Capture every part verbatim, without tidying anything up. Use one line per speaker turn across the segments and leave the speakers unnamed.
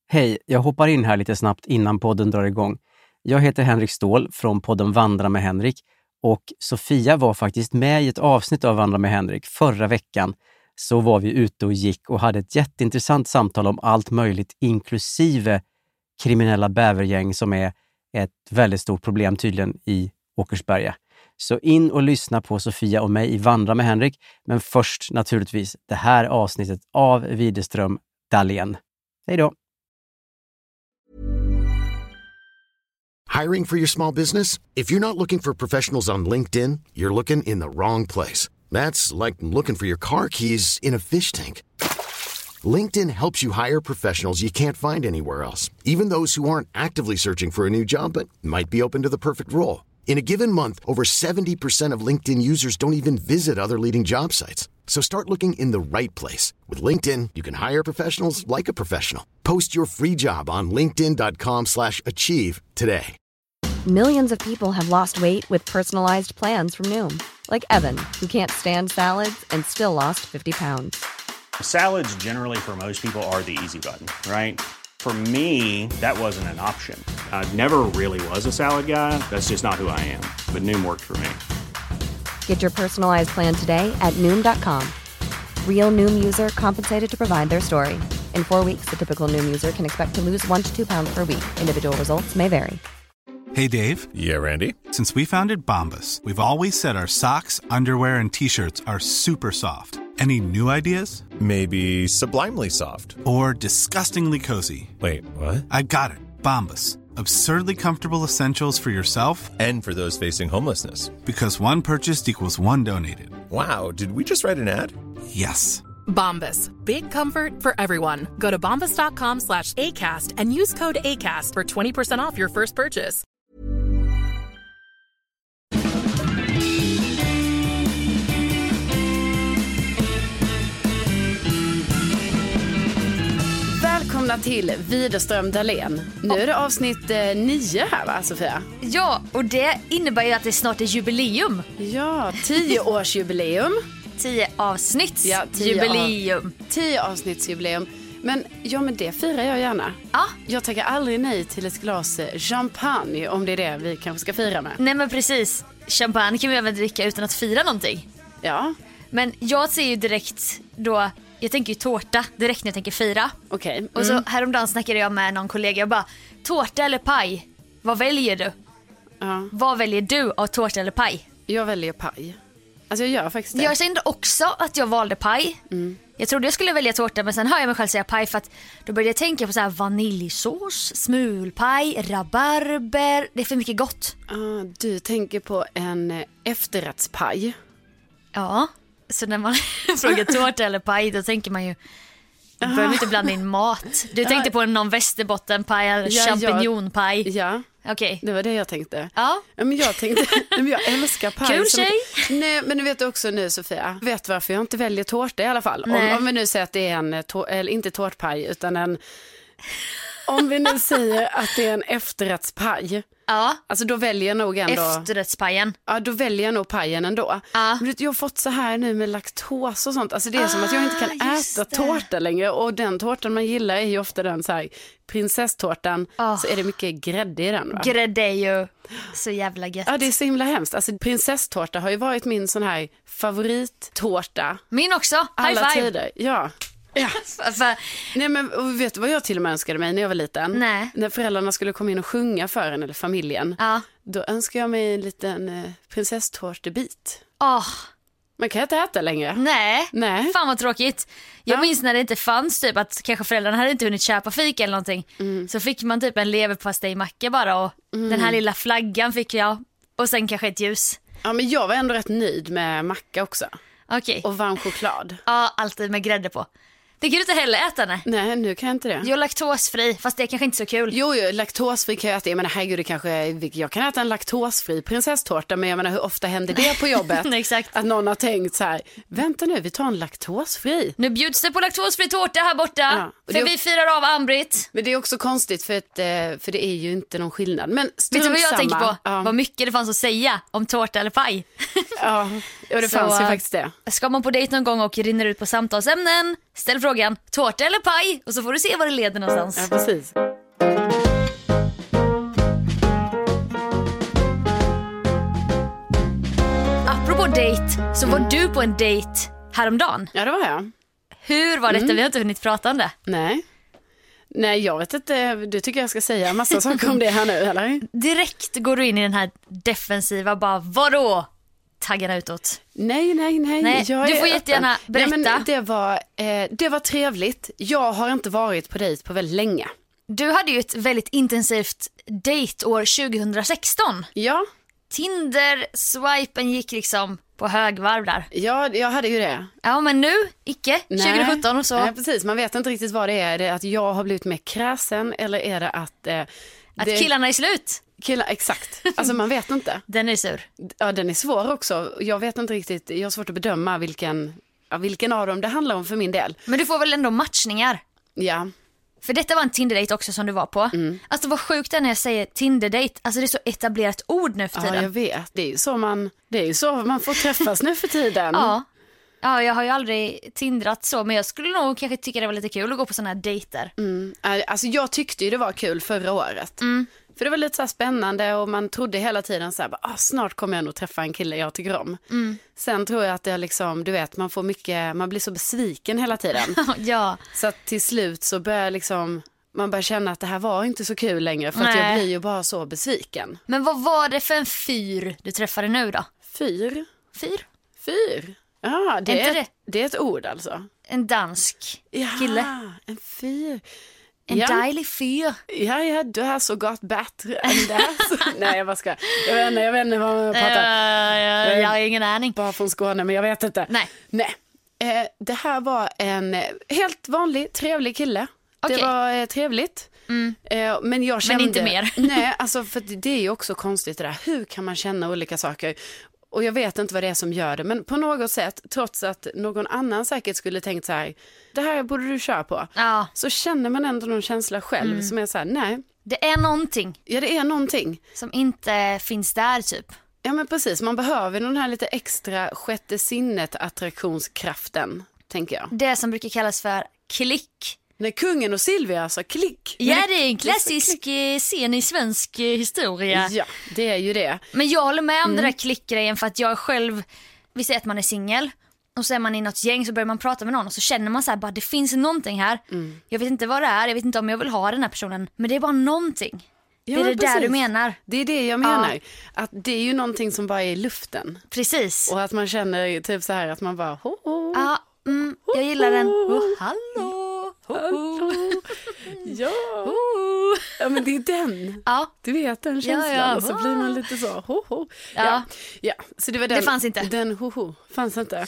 Hej, jag hoppar in här lite snabbt innan podden drar igång. Jag heter Henrik Ståhl från podden Vandra med Henrik och Sofia var faktiskt med i ett avsnitt av Vandra med Henrik förra veckan. Så var vi ute och gick och hade ett jätteintressant samtal om allt möjligt inklusive kriminella bävergäng som är ett väldigt stort problem tydligen i Åkersberga. Så in och lyssna på Sofia och mig i Vandra med Henrik, men först naturligtvis det här avsnittet av Widerström Dahlén. Hej då!
Hiring for your small business? If you're not looking for professionals on LinkedIn, you're looking in the wrong place. That's like looking for your car keys in a fish tank. LinkedIn helps you hire professionals you can't find anywhere else, even those who aren't actively searching for a new job but might be open to the perfect role. In a given month, over seventy percent of LinkedIn users don't even visit other leading job sites. So start looking in the right place. With LinkedIn, you can hire professionals like a professional. Post your free job on linkedin dot com slash achieve today.
Millions of people have lost weight with personalized plans from Noom. Like Evan, who can't stand salads and still lost fifty pounds.
Salads generally for most people are the easy button, right? For me, that wasn't an option. I never really was a salad guy. That's just not who I am. But Noom worked for me.
Get your personalized plan today at Noom dot com. Real Noom user compensated to provide their story. In four weeks, the typical Noom user can expect to lose one to two pounds per week. Individual results may vary.
Hey, Dave.
Yeah, Randy.
Since we founded Bombas, we've always said our socks, underwear, and T-shirts are super soft. Any new ideas?
Maybe sublimely soft.
Or disgustingly cozy.
Wait, what?
I got it. Bombas. Absurdly comfortable essentials for yourself
and for those facing homelessness.
Because one purchased equals one donated.
Wow, did we just write an ad?
Yes.
Bombas. Big comfort for everyone. Go to bombas dot com slash ACAST and use code ACAST for twenty percent off your first purchase.
Välkomna till Widerström Dahlén. Nu är det avsnitt eh, nio här, va, Sofia?
Ja, och det innebär ju att det snart är jubileum.
Ja, tioårsjubileum.
Tio avsnitts
ja, tio
jubileum.
Av, tio avsnittsjubileum. Men ja, men det firar jag gärna.
Ja.
Jag tackar aldrig nej till ett glas champagne om det är det vi kanske ska fira med.
Nej, men precis. Champagne kan vi även dricka utan att fira någonting.
Ja.
Men jag ser ju direkt då, jag tänker ju tårta direkt när jag tänker fira.
Okej. Okay. Mm.
Och så häromdagen snackade jag med någon kollega och bara, tårta eller paj? Vad väljer du?
Ja.
Vad väljer du av tårta eller paj?
Jag väljer paj. Alltså jag gör faktiskt det.
Jag kände också att jag valde paj.
Mm.
Jag trodde jag skulle välja tårta, men sen hör jag mig själv säga paj för att då började jag tänka på så här vaniljsås, smulpaj, rabarber. Det är för mycket gott.
Ah, du tänker på en efterrättspaj.
Ja, så när man frågar tårta eller paj då tänker man ju, då börjar man inte blanda in mat. Du tänkte på någon västerbottenpaj eller
ja,
champinjonpaj.
Ja.
Okej. Okay.
Det var det jag tänkte.
Ja.
Ja, men jag tänkte, men jag älskar paj.
Kul tjej.
Nej, men du vet också nu, Sofia. Vet varför jag inte väljer tårta i alla fall. Om, om vi nu säger att det är en tår- eller inte tårtpaj utan en, om vi nu säger att det är en efterrättspaj.
Ja.
Alltså då väljer jag nog ändå
efterrättspajen.
Ja, då väljer jag nog pajen ändå.
Ja.
Men jag har fått så här nu med laktos och sånt. Alltså det är ah, som att jag inte kan äta det. tårta längre. Och den tårtan man gillar är ju ofta den så här prinsesstårtan. Oh. Så är det mycket grädde i den, va?
Grädde är ju så jävla gött.
Ja, det är så himla hemskt. Alltså prinsesstårta har ju varit min sån här favorittårta.
Min också. High
alla
five.
Tider. Ja. Ja. Nej, men vet du vad jag till och med önskade mig när jag var liten?
Nej.
När föräldrarna skulle komma in och sjunga för en eller familjen.
Ja.
Då önskade jag mig en liten eh, prinsesstårtebit.
Åh. Oh.
Man kan inte äta längre.
Nej.
Nej.
Fan vad tråkigt. Jag
ja.
minns när det inte fanns typ att kanske föräldrarna hade inte hunnit köpa fika eller någonting. Mm. Så fick man typ en leverpastejmacka bara och mm. den här lilla flaggan fick jag. Och sen kanske ett ljus.
Ja, men jag var ändå rätt nöjd med macka också.
Okej.
Och varm choklad.
Ja, alltid med grädde på. Det kan du inte heller äta, nej.
Nej, nu kan jag inte det.
Jag är laktosfri, fast det är kanske inte så kul.
Jo, jo, laktosfri kan jag äta. Jag menar, herregud, det kanske, jag kan äta en laktosfri prinsesstårta, men jag menar, hur ofta händer det på jobbet?
Exakt.
Att någon har tänkt så här, vänta nu, vi tar en laktosfri.
Nu bjuds det på laktosfri tårta här borta, ja, för
det,
vi firar av Ambrit.
Men det är också konstigt, för, att, för det är ju inte någon skillnad. Men
vet du vad jag
samma.
tänker på?
Ja.
Vad mycket det fanns att säga om tårta eller paj.
Ja, Och det
Så,
fanns ju faktiskt det.
Ska man på dejt någon gång och rinner ut på samtalsämnen, ställ frågan, tårta eller paj? Och så får du se var det leder någonstans.
Ja, precis.
Apropå dejt, så var du på en dejt häromdagen.
Ja, det var jag.
Hur var detta?
Mm.
Vi har inte hunnit prata om det.
Nej. Nej, jag vet inte. Du tycker jag ska säga massa saker om det här nu, eller?
Direkt går du in i den här defensiva, bara vadå? Taggarna utåt.
Nej, nej, nej.
Nej,
jag
du
är
får
öppen.
jättegärna berätta.
Nej, men det, var, eh, det var trevligt. Jag har inte varit på dejt på väldigt länge.
Du hade ju ett väldigt intensivt dejtår tjugohundrasexton.
Ja.
Tinder-swipen gick liksom på högvarv där.
Ja, jag hade ju det.
Ja, men nu, icke.
Nej.
tjugosjutton och så.
Nej, precis. Man vet inte riktigt vad det är. Är det att jag har blivit mer kräsen eller är det att... Eh,
Att
det...
killarna är slut.
Killar, exakt. Alltså man vet inte.
Den är sur.
Ja, den är svår också. Jag vet inte riktigt. Jag har svårt att bedöma vilken, ja, vilken av dem det handlar om för min del.
Men du får väl ändå matchningar?
Ja.
För detta var en Tinder-date också som du var på. Mm. Alltså vad sjukt är när jag säger Tinder-date. Alltså det är så etablerat ord nu för tiden.
Ja, jag vet. Det är ju så man, det är ju så man får träffas nu för tiden.
Ja. Ja, jag har ju aldrig tindrat så, men jag skulle nog kanske tycka det var lite kul att gå på såna här dejter.
Mm. Alltså jag tyckte ju det var kul förra året.
Mm.
För det var lite så här spännande och man trodde hela tiden så här, ah, snart kommer jag nog träffa en kille jag tycker om. Mm. Sen tror jag att det är liksom, du vet, man får mycket, man blir så besviken hela tiden.
Ja.
Så att till slut så börjar liksom, man börjar känna att det här var inte så kul längre för
Nej.
att jag blir ju bara så besviken.
Men vad var det för en fyr du träffade nu då?
Fyr?
Fyr?
Fyr? Ja, det
är
är,
det?
det är ett ord alltså.
En dansk
ja,
kille.
En fyr.
En
ja.
dejlig fyr.
Ja, ja, du har så gott bättre än det. Nej, jag bara ska. Jag vet inte, jag vet inte vad man pratar.
Uh, jag, jag har ingen aning.
Bara från Skåne, men jag vet inte.
Nej.
Nej. Eh, det här var en helt vanlig, trevlig kille.
Okay.
Det var eh, trevligt. Mm. Eh, men jag kände...
Men inte mer.
Nej, alltså för det är ju också konstigt det där. Hur kan man känna olika saker? Och jag vet inte vad det är som gör det. Men på något sätt, trots att någon annan säkert skulle tänkt så här, det här borde du köra på.
Ja.
Så känner man ändå någon känsla själv mm. som är så här, nej.
Det är någonting.
Ja, det är någonting.
Som inte finns där typ.
Ja, men precis. Man behöver den här lite extra sjätte sinnet attraktionskraften, tänker jag.
Det som brukar kallas för klick.
När kungen och Silvia sa klick.
Ja, det är en klassisk klick. Scen i svensk historia.
Ja, det är ju det.
Men jag håller med om mm. det där klickgrejen för att jag själv, vi säger att man är singel och så är man i något gäng så börjar man prata med någon och så känner man så här, bara det finns någonting här. Mm. Jag vet inte vad det är, jag vet inte om jag vill ha den här personen, men det är bara någonting. Ja, det är det precis. Där du menar.
Det är det jag menar. Ja. Att det är ju någonting som bara är i luften.
Precis.
Och att man känner typ så här att man bara ho, ho.
Ja, mm, jag gillar den. Oh, hallå.
Hallå. Ja. Ja, men det är den.
Ja.
Du vet den känslan. Ja, ja. Och så blir man lite så ho, ho.
Ja.
Ja. Ja. Så det var den.
Det fanns inte.
Den ho, ho. Fanns inte.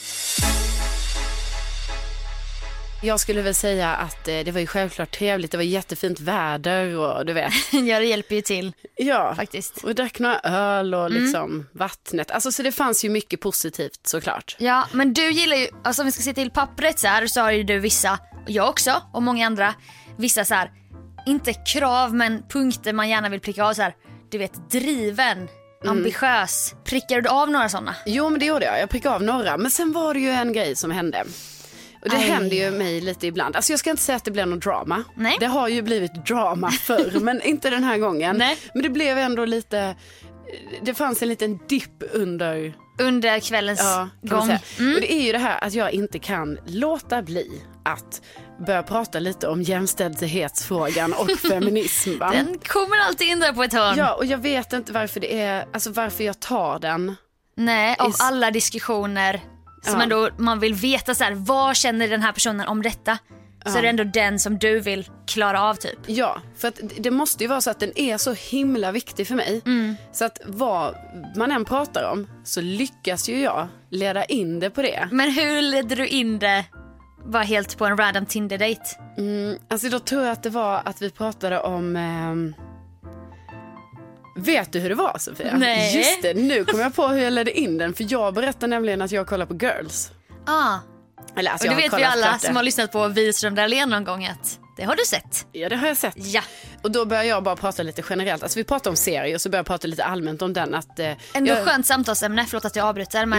Jag skulle väl säga att eh, det var ju självklart trevligt. Det var jättefint väder och du vet.
Ja, det hjälper ju till.
Ja,
faktiskt.
Och drack några öl och liksom
mm.
vattnet. Alltså så det fanns ju mycket positivt såklart.
Ja, men du gillar ju, alltså om vi ska se till pappret så här, så har ju du vissa, och jag också och många andra, vissa så här, inte krav men punkter man gärna vill pricka av så här. Du vet, driven, mm. ambitiös. Prickar du av några sådana?
Jo, men det gjorde jag. Jag prickade av några. Men sen var det ju en grej som hände. Och det Aj. händer ju mig lite ibland. Alltså jag ska inte säga att det blev någon drama.
Nej.
Det har ju blivit drama förr, men inte den här gången.
Nej.
Men det blev ändå lite... Det fanns en liten dipp under...
Under kvällens
ja,
gång.
Mm. Och det är ju det här att jag inte kan låta bli att börja prata lite om jämställdhetsfrågan och feminism. Va?
Den kommer alltid in där på ett hörn.
Ja, och jag vet inte varför det är... Alltså varför jag tar den.
Nej, av Is... alla diskussioner... Som ja. ändå man vill veta så här, vad känner den här personen om detta? Ja. Så är det ändå den som du vill klara av typ.
Ja, för att det måste ju vara så att den är så himla viktig för mig. Mm. Så att vad man än pratar om så lyckas ju jag leda in det på det.
Men hur ledde du in det? Var helt på en random Tinder-date?
Mm, alltså då tror jag att det var att vi pratade om... Eh... Vet du hur det var, Sofia?
Nej.
Just det, nu kom jag på hur jag ledde in den. För jag berättade nämligen att jag kollar på Girls.
Ah.
Eller, alltså,
och det
jag
vet vi alla som har lyssnat på Wiström Dahlén någon gång att det har du sett.
Ja, det har jag sett.
Ja.
Och då börjar jag bara prata lite generellt. Alltså vi pratar om serier och så börjar jag prata lite allmänt om den. Att, eh,
Ändå
jag...
skönt samtalsämne, förlåt att jag avbryter. Men mm.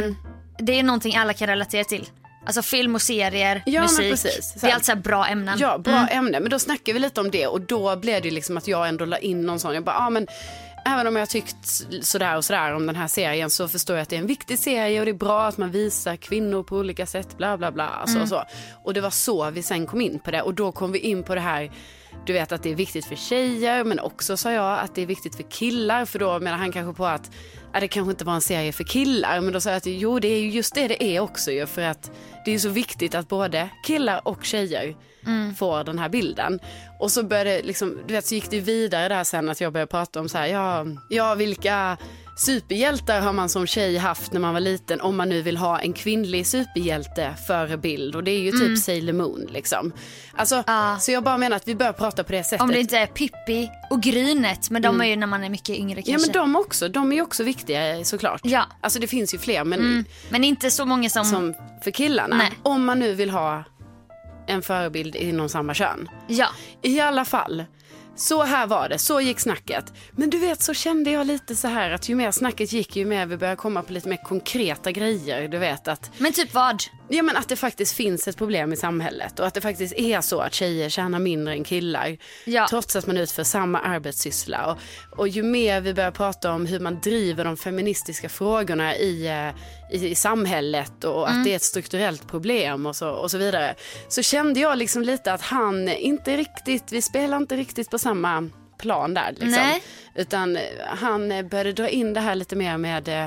det är någonting alla kan relatera till. Alltså film och serier,
ja,
musik.
Men precis.
Det är alltså bra ämnen.
Ja, bra
mm.
ämnen. Men då snackar vi lite om det. Och då blev det liksom att jag ändå la in någon sån. Jag bara, ja ah, men även om jag tyckt sådär och sådär om den här serien, så förstår jag att det är en viktig serie och det är bra att man visar kvinnor på olika sätt, bla bla bla. Alltså, mm. och, så. Och det var så vi sen kom in på det. Och då kom vi in på det här, du vet att det är viktigt för tjejer, men också sa jag att det är viktigt för killar. För då menar han kanske på att ja, det kanske inte var en serie för killar. Men då sa jag att jo, det är ju just det det är också ju. För att det är så viktigt att både killar och tjejer mm. får den här bilden. Och så började liksom, du vet, så gick det vidare där sen att jag började prata om så här, ja, ja vilka superhjältar har man som tjej haft när man var liten, om man nu vill ha en kvinnlig superhjälte förebild. Och det är ju typ mm. Sailor Moon liksom. Alltså, uh. så jag bara menar att vi bör prata på det sättet.
Om det inte är Pippi och Grynet, men de mm. är ju när man är mycket yngre kanske.
Ja, men de också, de är ju också viktiga såklart.
Ja.
Alltså det finns ju fler, men,
mm. men inte så många som,
som för killarna.
Nej.
Om man nu vill ha en förebild inom samma kön.
Ja.
I alla fall. Så här var det, så gick snacket. Men du vet, så kände jag lite så här att ju mer snacket gick, ju mer vi började komma på lite mer konkreta grejer. Du vet att...
Men typ vad?
Ja, men att det faktiskt finns ett problem i samhället. Och att det faktiskt är så att tjejer tjänar mindre än killar. Ja. Trots att man utför samma arbetssyssla. Och, och ju mer vi börjar prata om hur man driver de feministiska frågorna i, i, i samhället. Och mm. att det är ett strukturellt problem och så, och så vidare. Så kände jag liksom lite att han inte riktigt, vi spelar inte riktigt på samma plan där liksom.
Nej.
Utan han började dra in det här lite mer med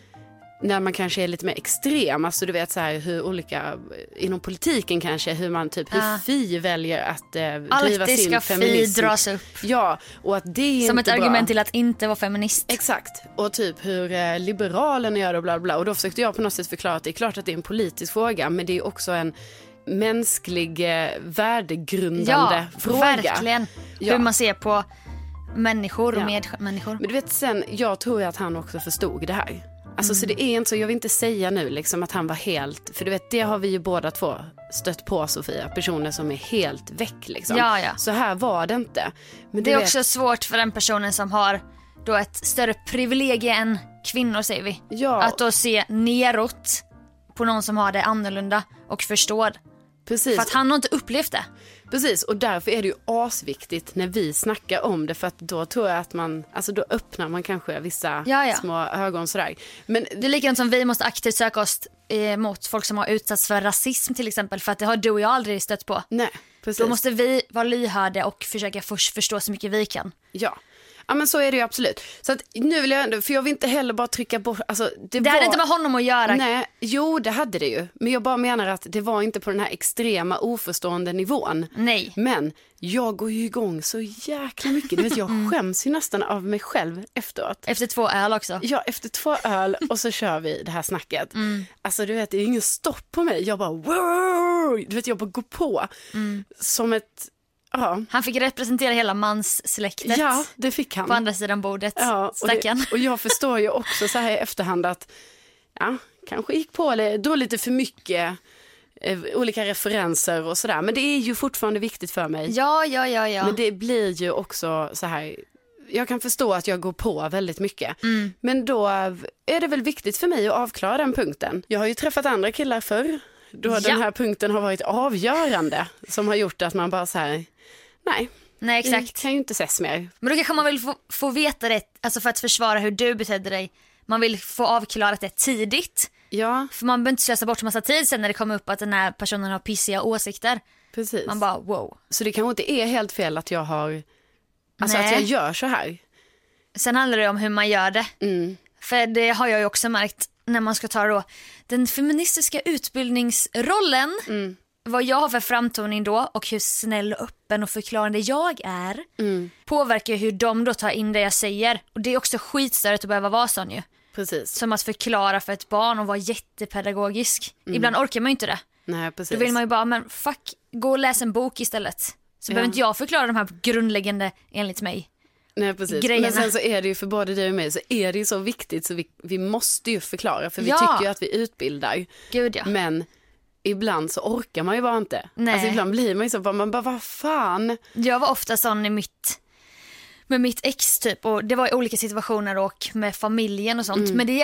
när man kanske är lite mer extrem, alltså du vet så här hur olika inom politiken kanske, hur man typ, hur uh. Fi väljer att eh, driva sin feminism.
Alltid ska Fi dras upp.
Ja, och att det är
som
inte
ett
bra.
Argument till att inte vara feminist.
Exakt, och typ hur eh, liberalerna gör och bla bla, och då försökte jag på något sätt förklara att det är klart att det är en politisk fråga, men det är också en mänsklig eh, värdegrundande
ja,
fråga.
Verkligen.
Ja.
Hur man ser på människor och
ja.
medmänniskor.
Men du vet sen, jag tror att han också förstod det här. Alltså mm. så det är inte så, jag vill inte säga nu liksom att han var helt, för du vet det har vi ju båda två stött på, Sofia, personer som är helt väck liksom.
Ja, ja.
Så här var det inte. Men
det är
vet...
också svårt för den personen som har då ett större privilegie än kvinnor, säger vi.
Ja.
Att då se neråt på någon som har det annorlunda och förstår.
Precis.
För att han har inte upplevt det.
Precis, och därför är det ju asviktigt när vi snackar om det, för att då tror jag att man, alltså då öppnar man kanske vissa
ja, ja.
små ögon sådär. Men
det är likadant som vi måste aktivt söka oss eh, mot folk som har utsatts för rasism till exempel, för att det har du och jag aldrig stött på.
Nej, precis.
Då måste vi vara lyhörda och försöka förstå så mycket vi kan.
Ja. Ja, men så är det ju absolut. Så att nu vill jag ändå, för jag vill inte heller bara trycka bort, alltså det,
det
var...
hade inte med honom att göra.
Nej, jo det hade det ju. Men jag bara menar att det var inte på den här extrema oförstående nivån.
Nej.
Men jag går ju igång så jäkla mycket. Du vet, jag skäms ju nästan av mig själv efteråt.
Efter två öl också.
Ja, efter två öl och så kör vi det här snacket.
Mm.
Alltså du vet, det är ingen stopp på mig. Jag bara, wow! Du vet, jag bara går på. Mm. Som ett... Ja.
Han fick representera hela manssläktet.
Ja, det fick han.
På andra sidan bordet.
Ja, och, det, och jag förstår ju också så här i efterhand att ja, kanske gick på det då lite för mycket eh, olika referenser och sådär. Men det är ju fortfarande viktigt för mig.
Ja, ja, ja, ja.
Men det blir ju också så här, jag kan förstå att jag går på väldigt mycket. Mm. Men då är det väl viktigt för mig att avklara den punkten. Jag har ju träffat andra killar förr. Då ja. Den här punkten har varit avgörande. Som har gjort att man bara så här, nej.
Nej, exakt.
Det kan ju inte ses mer.
Men då kanske man vill få, få veta det, alltså för att försvara hur du betedde dig. Man vill få avklarat det tidigt.
Ja.
För man behöver inte slösa bort massa tid sen när det kommer upp att den här personen har pissiga åsikter.
Precis.
Man bara, wow.
Så det kanske inte är helt fel att jag har, alltså
Nej.
att jag gör så här.
Sen handlar det om hur man gör det.
Mm.
För det har jag ju också märkt när man ska ta då den feministiska utbildningsrollen. Mm. Vad jag har för framtoning då och hur snäll och öppen och förklarande jag är mm. påverkar hur de då tar in det jag säger. Och det är också skitstörigt att behöva vara sån ju.
Precis.
Som att förklara för ett barn och vara jättepedagogisk. Mm. Ibland orkar man ju inte det.
Nej, precis.
Då vill man ju bara, men fuck, gå och läsa en bok istället. Så ja. Behöver inte jag förklara de här grundläggande enligt mig.
Nej, precis.
Grejerna.
Men sen så är det ju för både dig och mig så är det ju så viktigt så vi, vi måste ju förklara. För vi
ja.
tycker ju att vi utbildar.
Gud, ja.
Men ibland så orkar man ju bara inte.
Nej.
Alltså ibland blir man ju så bara, man bara, vad fan?
Jag var ofta sån i mitt, med mitt ex typ. Och det var i olika situationer och med familjen och sånt. Mm. Men det gällde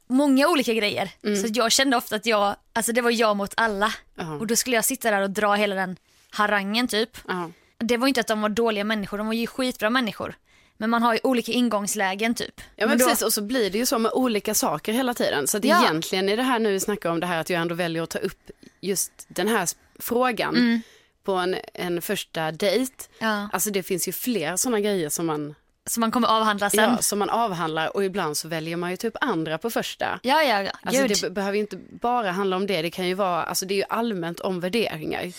många olika grejer.
Mm.
Så jag kände ofta att jag, alltså det var jag mot alla.
Uh-huh.
Och då skulle jag sitta där och dra hela den harangen typ.
Uh-huh.
Det var inte att de var dåliga människor, de var ju skitbra människor. Men man har ju olika ingångslägen typ.
Ja men,
men då...
precis, och så blir det ju så med olika saker hela tiden. Så det
ja.
egentligen är det här nu vi snackar om det här att jag ändå väljer att ta upp just den här frågan mm. på en, en första dejt.
Ja.
Alltså det finns ju fler sådana grejer som man...
Som man kommer avhandla sen.
Ja, som man avhandlar och ibland så väljer man ju typ andra på första.
Ja, ja, ja.
Alltså
Gud.
det be- behöver ju inte bara handla om det. Det kan ju vara, alltså det är ju allmänt om värderingar.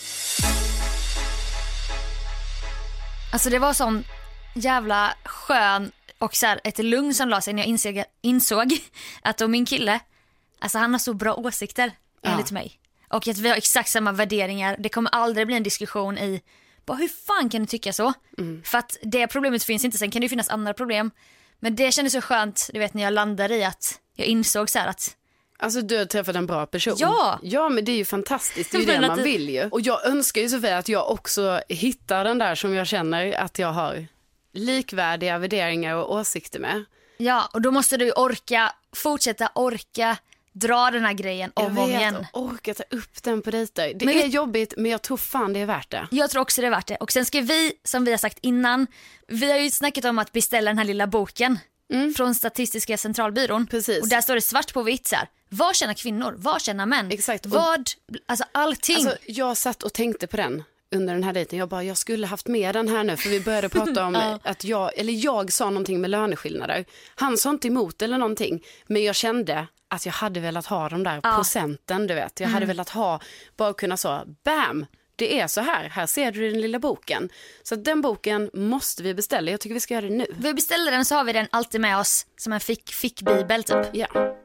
Alltså det var sån jävla skön och så här, ett lugn som la sig när jag insåg, insåg att då min kille, alltså han har så bra åsikter enligt
ja.
mig. Och att vi har exakt samma värderingar. Det kommer aldrig bli en diskussion i bara, hur fan kan du tycka så? Mm. För att det problemet finns inte, sen kan det ju finnas andra problem. Men det kändes så skönt, du vet, när jag landade i att jag insåg så här att
alltså du har träffat en bra person.
Ja.
Ja, men det är ju fantastiskt. Det är ju det man
det...
vill ju. Och jag önskar ju så väl att jag också hittar den där som jag känner att jag har likvärdiga värderingar och åsikter med.
Ja, och då måste du orka, fortsätta orka dra den här grejen om och om igen.
Jag orka ta upp den på dejter. Det
men
är
vi...
jobbigt, men jag tror fan det är värt det.
Jag tror också det är värt det. Och sen ska vi, som vi har sagt innan, vi har ju snackat om att beställa den här lilla boken mm. från Statistiska centralbyrån.
Precis.
Och där står det svart på vitt så här. Vad känner kvinnor? Vad känner män?
Exakt.
Vad, alltså allting.
Alltså, jag satt och tänkte på den under den här dejten. Jag bara, jag skulle haft med den här nu. För vi började prata om ja. att jag, eller jag sa någonting med löneskillnader. Han sa inte emot eller någonting. Men jag kände att jag hade velat ha de där ja. procenten, du vet. Jag mm. hade velat ha, bara kunna säga, bam, det är så här. Här ser du den lilla boken. Så den boken måste vi beställa. Jag tycker vi ska göra det nu.
Vi beställer den så har vi den alltid med oss som en fick, fick-bibel typ.
Ja.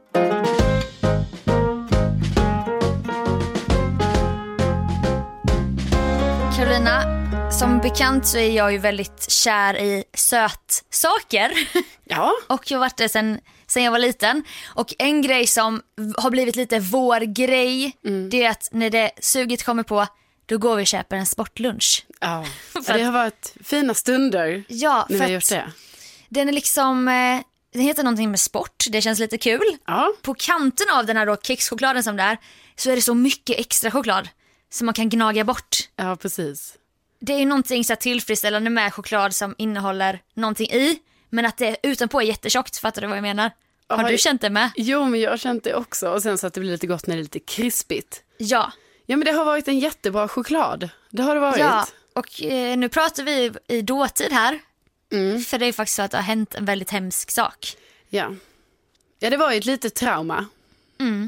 Carolina, som bekant så är jag ju väldigt kär i sötsaker.
Ja.
Och jag har varit det sen, sen jag var liten. Och en grej som har blivit lite vår grej, mm. det är att när det suget kommer på, då går vi och köper en sportlunch.
Ja, det har varit fina stunder
ja,
när vi har gjort det.
Den är liksom, den heter någonting med sport, det känns lite kul.
Ja.
På kanten av den här då kexchokladen som det är, så är det så mycket extra choklad som man kan gnaga bort.
Ja, precis.
Det är ju någonting så här tillfredsställande med choklad som innehåller någonting i, men att det utanpå är jättetjockt, fattar du vad jag menar? Har ja, du känt det med?
Jo, men jag har känt det också. Och sen så att det blir lite gott när det är lite krispigt.
Ja.
Ja, men det har varit en jättebra choklad. Det har det varit.
Ja, och eh, nu pratar vi i dåtid här.
Mm.
För det är faktiskt så att det har hänt en väldigt hemsk sak.
Ja. Ja, det var ju ett litet trauma.
Mm.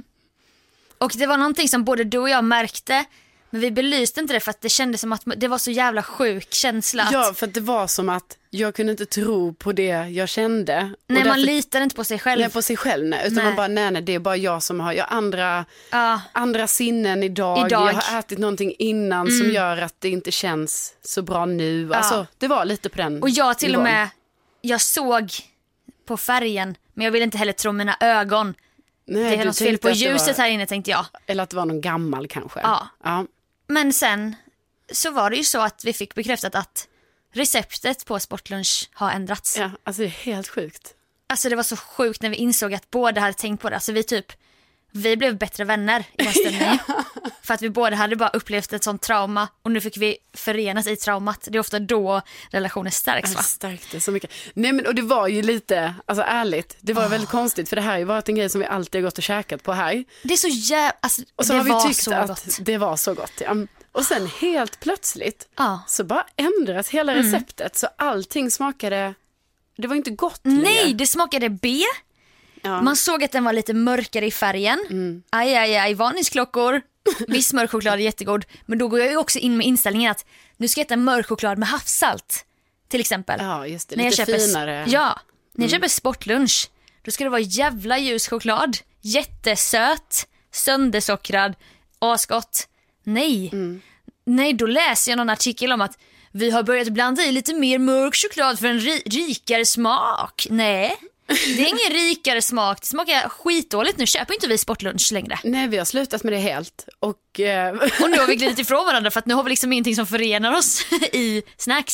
Och det var någonting som både du och jag märkte, men vi belyste inte det för att det kändes som att det var så jävla sjuk känsla. Att...
Ja, för att det var som att jag kunde inte tro på det jag kände.
Nej,
och därför...
man litar inte på sig själv.
Nej, på sig själv, nej. Utan
nej.
man bara, nej, nej, det är bara jag som har, jag har andra,
ja.
andra sinnen idag.
idag.
Jag har ätit någonting innan mm. som gör att det inte känns så bra nu.
Ja.
Alltså, det var lite på den
Och jag till
nivån.
och med, jag såg på färgen, men jag ville inte heller tro mina ögon. Nej, det är något fel på ljuset var... här inne, tänkte jag.
Eller att det var någon gammal kanske.
Ja.
ja.
Men sen så var det ju så att vi fick bekräftat att receptet på sportlunch har ändrats.
Ja, alltså det är helt sjukt.
Alltså det var så sjukt när vi insåg att båda hade tänkt på det. Alltså vi typ, vi blev bättre vänner i den ställningen. Ja. För att vi båda hade bara upplevt ett sånt trauma. Och nu fick vi förenas i traumat. Det är ofta då relationer stärks, va?
Jag stärkte så mycket. Nej, men och det var ju lite, alltså ärligt, det var oh. väldigt konstigt. För det här har ju varit en grej som vi alltid har gått och käkat på här.
Det är så jävla, alltså,
och så
det
har vi
var
tyckt
så
att
gott.
det var så gott, ja. Och sen helt plötsligt
oh.
så bara ändras hela receptet. Mm. Så allting smakade, det var inte gott längre.
Nej, det smakade B. Ja. Man såg att den var lite mörkare i färgen.
Mm.
Aj, aj, aj, varningsklockor. Viss mörk choklad är jättegod. Men då går jag ju också in med inställningen att nu ska jag äta mörk choklad med havssalt. Till exempel.
Ja, just det.
När
lite
jag köper,
finare.
Ja, när jag
mm.
köper sportlunch, då ska det vara jävla ljus choklad. Jättesöt, söndersockrad, asgott. Nej. Mm. Nej, då läser jag någon artikel om att vi har börjat blanda i lite mer mörk choklad för en ri- rikare smak. Nej. Det är ingen rikare smak. Det smakar skitdåligt. Nu köper inte vi sportlunch längre.
Nej, vi har slutat med det helt. Och, eh...
och nu har vi glidit ifrån varandra för att nu har vi liksom ingenting som förenar oss i snacks.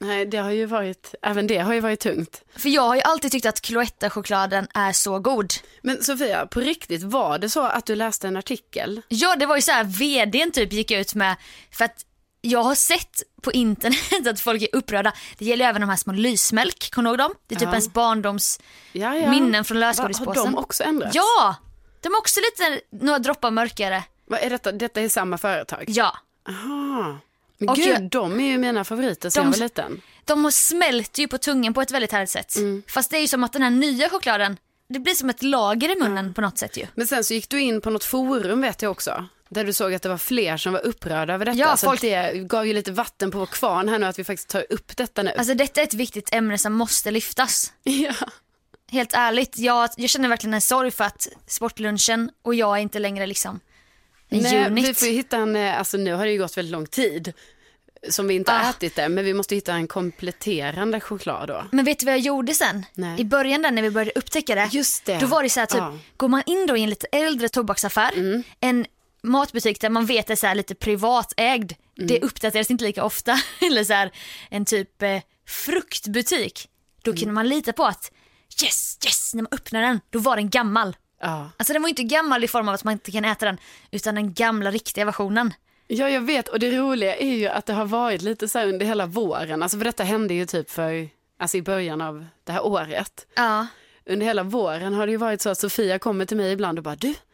Nej, det har ju varit, även det har ju varit tungt.
För jag har ju alltid tyckt att Cloetta-chokladen är så god.
Men Sofia, på riktigt, var det så att du läste en artikel?
Ja, det var ju så här, vdn typ gick ut med, för att jag har sett på internet att folk är upprörda. Det gäller även de här små lysmälk, kommer du ihåg dem? Det är typ ja. ens barndoms ja, ja. minnen från lösgodispåsen.
Har de också ändrats?
Ja, de är också lite, några droppar mörkare.
Vad är detta? Detta är samma företag?
Ja.
Aha. Men
och
gud,
jag,
de är ju mina favoriter så de, jag var liten.
De smälter ju på tungan på ett väldigt härligt sätt. Mm. Fast det är ju som att den här nya chokladen, det blir som ett lager i munnen ja. på något sätt ju.
Men sen så gick du in på något forum, vet jag också, där du såg att det var fler som var upprörda över detta.
Ja,
så
folk...
det gav ju lite vatten på vår kvarn här nu att vi faktiskt tar upp detta nu.
Alltså detta är ett viktigt ämne som måste lyftas.
Ja.
Helt ärligt, jag, jag känner verkligen en sorg för att sportlunchen och jag är inte längre liksom en
Nej,
unit.
Vi får ju hitta en, alltså nu har det ju gått väldigt lång tid som vi inte har ah. ätit det, men vi måste hitta en kompletterande choklad då.
Men vet du vad jag gjorde sen? Nej. I början där när vi började upptäcka det,
Just det.
då var det så här typ, ah. går man in då i en lite äldre tobaksaffär, mm. en matbutik där man vet är så här lite privatägd, mm. det uppdateras inte lika ofta, eller så här en typ eh, fruktbutik, då mm. kunde man lita på att yes, yes, när man öppnar den, då var den gammal. Ah. Alltså den var inte gammal i form av att man inte kan äta den, utan den gamla riktiga versionen.
Ja, jag vet, och det roliga är ju att det har varit lite så här under hela våren. Alltså för detta hände ju typ för, alltså i början av det här året.
Ja.
Under hela våren har det ju varit så att Sofia kommer till mig ibland och bara, du,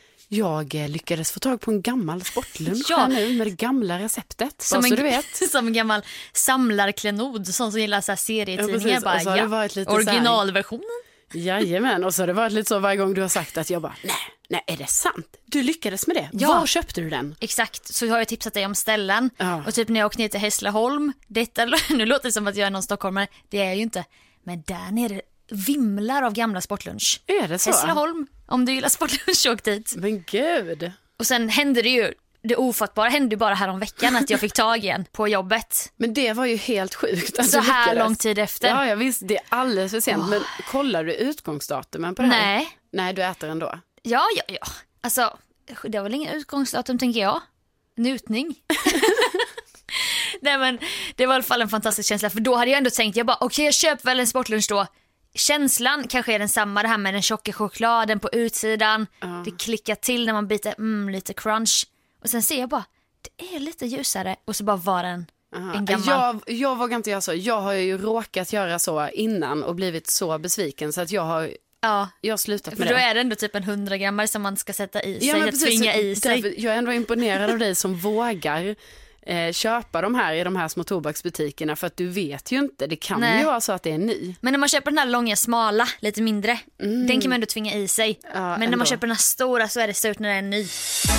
jag lyckades få tag på en gammal sportlunch ja. här nu med det gamla receptet.
Som,
en,
så
du vet.
som en gammal samlarklenod, sån som gillar så här serietidningar.
Ja, bara, ja,
varit lite originalversionen.
Jajamän, och så har det varit lite så varje gång du har sagt att jag bara, nej, nej, är det sant? Du lyckades med det. Ja. Var köpte du den?
Exakt, så har jag tipsat dig om ställen.
Ja.
Och typ när jag åkte ner till Hässleholm, detta, nu låter det som att jag är någon stockholmare, det är jag ju inte. Men där nere vimlar av gamla sportlunch.
Är det så?
Hässleholm, om du gillar sportlunch, åk dit.
Men gud.
Och sen hände det ju, det ofattbara hände ju bara här om veckan att jag fick tag i en på jobbet.
Men det var ju helt sjukt.
Så här lyckades. Lång tid efter.
Ja, jag visste, det är alldeles för sent. Oh. Men kollar du utgångsdatumen på det här?
Nej.
Nej, du äter ändå.
Ja, ja, ja. Alltså, det var väl ingen utgångsdatum, tänker jag. Njutning. Nej, men det var i alla fall en fantastisk känsla. För då hade jag ändå tänkt, jag bara, okej, okay, jag köper väl en sportlunch då. Känslan kanske är densamma, det här med den tjocka chokladen på utsidan. Uh. Det klickar till när man biter, mm, lite crunch. Och sen ser jag bara, det är lite ljusare. Och så bara var den uh. en gammal.
Jag, jag vågar inte göra så. Jag har ju råkat göra så innan och blivit så besviken så att jag har... Ja, jag har slutat med
för då
det.
är det ändå typ en hundra grammar som man ska sätta i sig,
ja,
att tvinga i sig.
Jag är ändå imponerad av dig som vågar eh, köpa de här i de här små tobaksbutikerna, för att du vet ju inte, det kan Nej. ju vara så att det är ny.
Men när man köper den här långa, smala, lite mindre, mm. den kan man ändå tvinga i sig. Ja, men ändå. När man köper den här stora så är det surt när det är ny.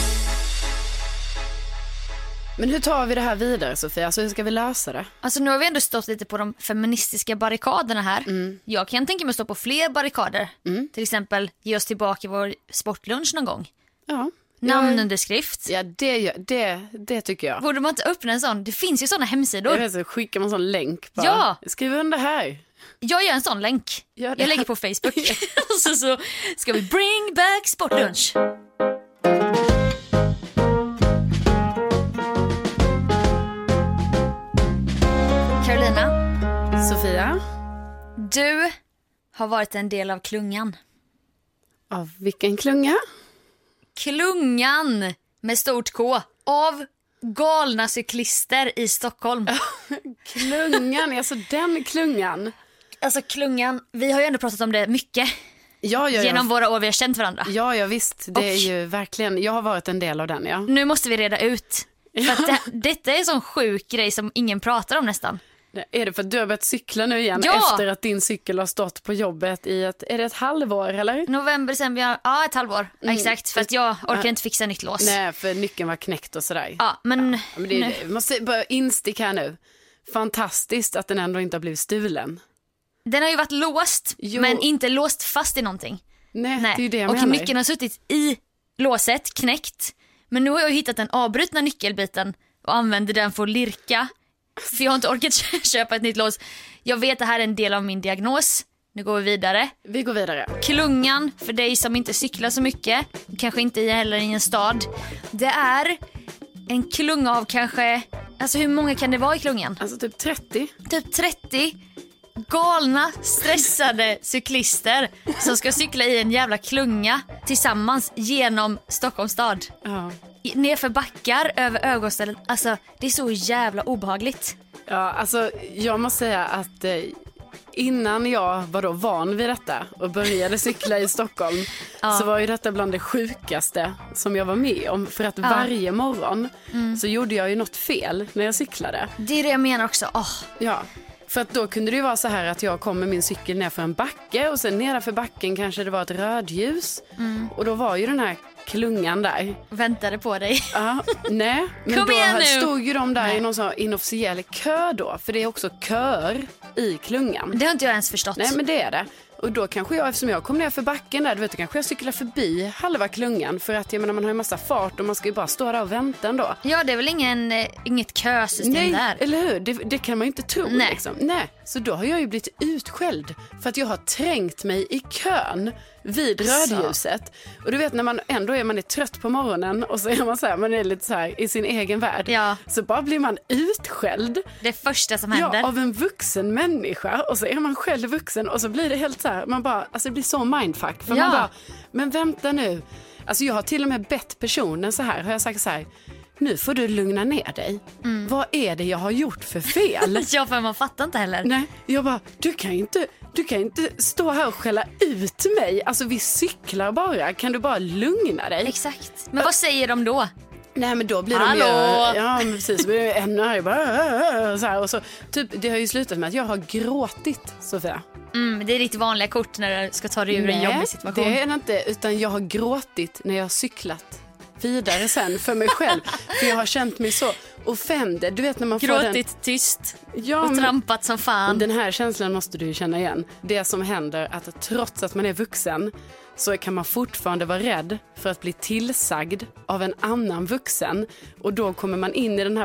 Men hur tar vi det här vidare, Sofia? Alltså, hur ska vi lösa det?
Alltså nu har vi ändå stått lite på de feministiska barrikaderna här. Mm. Jag kan tänka mig att stå på fler barrikader. Mm. Till exempel ge oss tillbaka vår sportlunch någon gång.
Ja.
Namnunderskrift.
Ja, det, det, det tycker jag.
Borde man inte öppna en sån? Det finns ju såna hemsidor.
Jag vet, så skickar man en sån länk. Bara.
Ja.
Skriv under här.
Jag gör en sån länk. Jag lägger på Facebook. Och så, så ska vi bring back sportlunch. Carolina.
Sofia.
Du har varit en del av klungan.
Av vilken klunga?
Klungan med stort K. Av galna cyklister i Stockholm.
Klungan, alltså den klungan.
Alltså klungan, vi har ju ändå pratat om det mycket.
Ja, ja, ja.
Genom våra år vi har känt varandra.
Ja, ja visst. Det Och är ju verkligen, jag har varit en del av den, ja.
Nu måste vi reda ut. För att det, detta är en sån sjuk grej som ingen pratar om nästan.
Är det för att du har börjat cykla nu igen
ja.
efter att din cykel har stått på jobbet i ett, är det ett halvår eller?
November, december, ja ett halvår, mm. exakt, för att jag orkar inte fixa nytt lås.
Nej, för nyckeln var knäckt och sådär.
Ja, men,
ja, men det, det, måste bara instick här nu. Fantastiskt att den ändå inte har blivit stulen.
Den har ju varit låst, jo. men inte låst fast i någonting.
Nej, Nej. det är ju det jag
och
menar.
Och nyckeln har suttit i låset, knäckt. Men nu har jag hittat den avbrutna nyckelbiten och använder den för att lirka. För jag har inte orkat köpa ett nytt lås. Jag vet att det här är en del av min diagnos. Nu går vi vidare.
Vi går vidare.
Klungan, för dig som inte cyklar så mycket, kanske inte heller i en stad. Det är en klunga av kanske, alltså hur många kan det vara i klungan?
Alltså typ trettio.
Typ trettio galna, stressade cyklister som ska cykla i en jävla klunga tillsammans genom Stockholms stad.
Ja.
Nerför backar, över ögonställen. Alltså det är så jävla obehagligt.
Ja, alltså jag måste säga att eh, innan jag var då van vid detta och började cykla i Stockholm ja. så var ju detta bland det sjukaste som jag var med om. För att ja. varje morgon mm. så gjorde jag ju något fel när jag cyklade.
Det är det jag menar också. Oh.
Ja, för att då kunde det ju vara så här att jag kom med min cykel ner för en backe och sen nedanför backen kanske det var ett rödljus. Mm. Och då var ju den här klungan där.
Väntade på dig.
Ja, nej. Men
Kom
då
igen nu.
stod ju de där nej. i någon sån inofficiell kö då. För det är också köer i klungan.
Det har inte jag ens förstått.
Nej, men det är det. Och då kanske jag, eftersom jag kom ner för backen där, du vet, då kanske jag cyklar förbi halva klungan. För att jag menar, man har ju massa fart och man ska ju bara stå där och vänta ändå.
Ja, det är väl ingen, eh, inget kösystem
Nej,
där.
eller hur? Det, det kan man ju inte tro.
Nej.
Liksom. Nej. Så då har jag ju blivit utskälld för att jag har trängt mig i kön vid rödljuset. Och du vet när man ändå är, man är trött på morgonen och så är man så här, man är lite så här i sin egen värld.
Ja.
Så bara blir man utskälld.
Det första som händer.
Ja, av en vuxen människa. Och så är man själv vuxen och så blir det helt så här, man bara, alltså det blir så mindfuck. För
ja.
man bara, men vänta nu. Alltså jag har till och med bett personen så här, har jag sagt så här, nu får du lugna ner dig. Mm. Vad är det jag har gjort för fel?
Ja, för man fattar inte heller.
Nej, jag bara, du kan ju inte, du kan inte stå här och skälla ut mig. Alltså vi cyklar bara, kan du bara lugna dig?
Exakt, men vad säger de då?
Nej, men då blir
Hallå?
de ju, ja men precis, så blir det ännu här, bara, så här, och så, typ, det har ju slutat med att jag har gråtit, Sofia.
Mm, det är ditt vanliga kort när du ska ta dig ur
Nej,
en jobbig situation.
det är det inte, utan jag har gråtit när jag har cyklat vidare sen för mig själv. För jag har känt mig så offended. Du vet när man
gråtit
får den...
tyst
ja,
och
men...
trampat som fan.
Den här känslan måste du ju känna igen. Det som händer att trots att man är vuxen så kan man fortfarande vara rädd för att bli tillsagd av en annan vuxen. Och då kommer man in i den här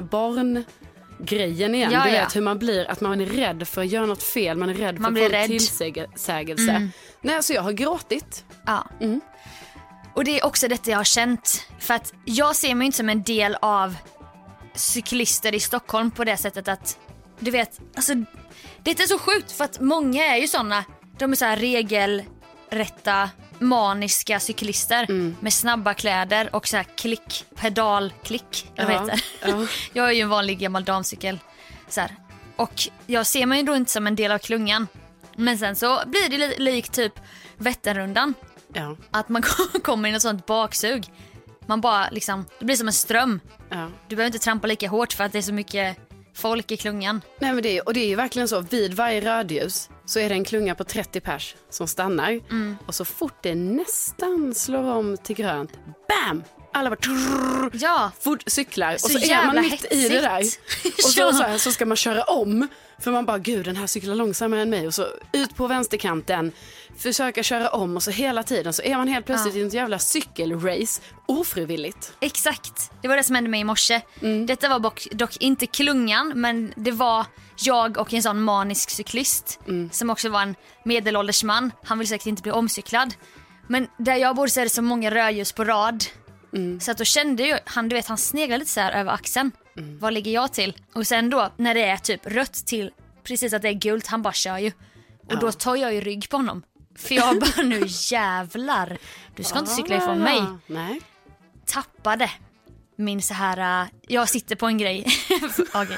barngrejen igen.
Ja,
du vet
ja.
hur man blir, att man är rädd för att göra något fel. Man är rädd
man
för att få
rädd.
tillsägelse. Mm. Nej, så jag har gråtit.
Ja.
Mm.
Och det är också detta jag har känt. För att jag ser mig inte som en del av cyklister i Stockholm på det sättet att, du vet, alltså det är så sjukt för att många är ju såna, de är så här regelrätta, maniska cyklister mm. med snabba kläder och så här klick, pedalklick, jag
ja,
vet
ja.
Jag är ju en vanlig gammal damcykel så här. Och jag ser mig då inte som en del av klungan. Men sen så blir det li- likt typ Vätternrundan.
Ja.
Att man kommer i något sånt baksug. Man bara liksom, det blir som en ström.
Ja.
Du behöver inte trampa lika hårt för att det är så mycket folk i klungan.
Nej, men det är, och det är ju verkligen så, vid varje rödljus så är det en klunga på trettio pers som stannar. Mm. Och så fort det nästan slår om till grönt, bam! Alla bara trrr,
ja.
fort cyklar.
Så
och så är man mitt
hetsigt.
i det där. Och så, så, här, så ska man köra om. För man bara, gud, den här cyklar långsammare än mig. Och så ut på vänsterkanten, försöka köra om. Och så hela tiden så är man helt plötsligt ja. i en jävla cykelrace, ofrivilligt.
Exakt, det var det som hände mig i morse.
Mm.
Detta var dock, dock inte klungan, men det var jag och en sån manisk cyklist mm. som också var en medelålders man. Han vill säkert inte bli omcyklad. Men där jag bor så är det så många rödljus på rad. Mm. Så att då kände ju han, du vet, han sneglade lite så här över axeln. Mm. Vad ligger jag till? Och sen då när det är typ rött till precis att det är gult, han bara kör ju. Och ja. då tar jag ju rygg på honom. För jag bara, nu jävlar, du ska inte cykla ifrån mig.
Nej.
Tappade min så här, uh, jag sitter på en grej. Okej.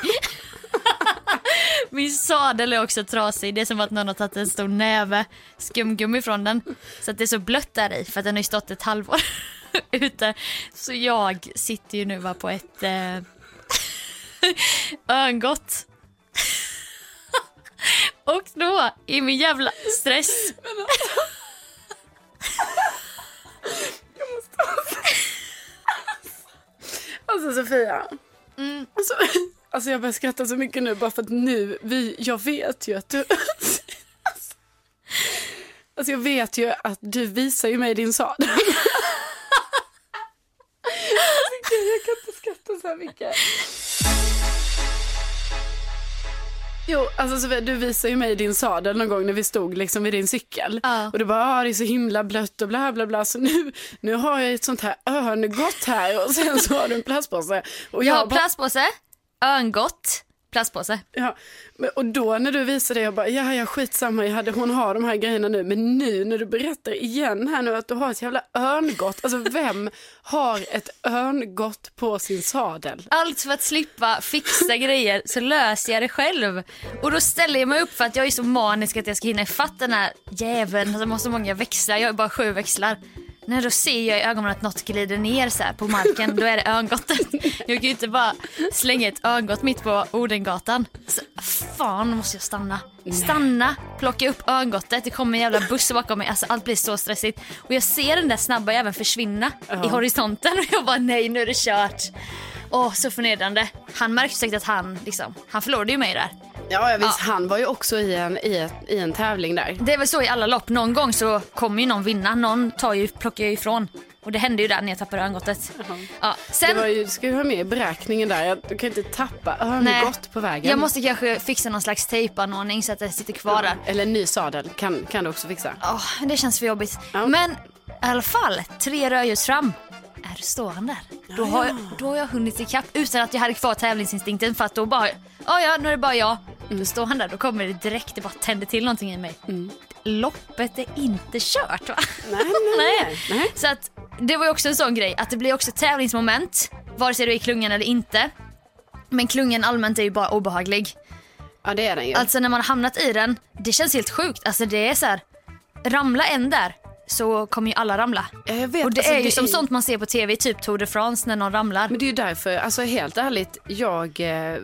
Min sadel är också trasig. Det är som att någon har tagit en stor näve skumgummi från den. Så att det är så blött där i, för att den har ju stått ett halvår ute. Så jag sitter ju nu bara på ett eh, örngott. Och då i min jävla stress.
Jag måste alltså Sofia. Mm. Alltså, alltså jag börjar skratta så mycket nu bara för att nu vi, jag vet ju att du alltså jag vet ju att du visar ju mig din sadel. Alltså, jag kan inte skratta så här mycket. Jo, alltså Sofia, du visade ju mig din sadel någon gång när vi stod liksom vid din cykel.
Ja.
Och du bara, ah, det är så himla blött och bla bla bla. Så nu, nu har jag ett sånt här örngott här och sen så har du en plastpåse. Och
Jag
jag
har
bara,
plastpåse, örngott, plastpåse.
ja, men- och då när du visade det, jag bara, ja, ja, skitsamma, jag hade, hon har de här grejerna nu. Men nu när du berättar igen här nu att du har ett jävla örngott. Alltså vem har ett örngott på sin sadel?
Allt för att slippa fixa grejer så löser jag det själv. Och då ställer jag mig upp för att jag är så manisk att jag ska hinna ifatt den här jäveln. Alltså, jag måste många växlar, jag har bara sju växlar. När då ser jag i ögonen att något glider ner så här på marken, då är det örngottet. Jag kan ju inte bara slänga ett örngott mitt på Odengatan. Så, fan, måste jag stanna. Stanna, plocka upp örngottet. Det kommer en jävla buss bakom mig. Alltså, allt blir så stressigt. Och jag ser den där snabba även försvinna i horisonten. Och jag bara, nej, nu är det kört. Åh, så förnedrande. Han märkte säkert att han, liksom, han förlorade ju mig där.
Ja, jag visst, ja. Han var ju också i en, i, ett, i en tävling där.
Det är väl så i alla lopp. Någon gång så kommer ju någon vinna. Någon tar ju, plockar ju ifrån. Och det hände ju där när jag tappade örngottet. Uh-huh. Ja, sen...
Det var ju, ska du ha med i beräkningen där. Du kan inte tappa örngott på vägen.
Jag måste kanske fixa någon slags tejpanordning så att det sitter kvar där.
Eller en ny sadel kan, kan du också fixa.
Oh, det känns för jobbigt.
Ja.
Men i alla fall, tre rödljus fram. Är du stående där? Då har, jag, då har jag hunnit ikapp utan att jag hade kvar tävlingsinstinkten. För att då bara, ja ja, nu är det bara jag. Mm. Då står han där, då kommer det direkt, det bara tänder till någonting i mig. Mm. Loppet är inte kört, va?
Nej, nej, nej. nej.
Så att det var ju också en sån grej, att det blir också tävlingsmoment, vare sig du är i klungan eller inte. Men klungan allmänt är ju bara obehaglig.
Ja, det är den ju.
Alltså när man har hamnat i den, det känns helt sjukt. Alltså det är så här, ramla en där, så kommer ju alla ramla.
Jag vet,
och det
alltså,
är ju
det
som
är...
sånt man ser på tv, typ Tour de France, när någon ramlar.
Men det är ju därför, alltså helt ärligt, jag...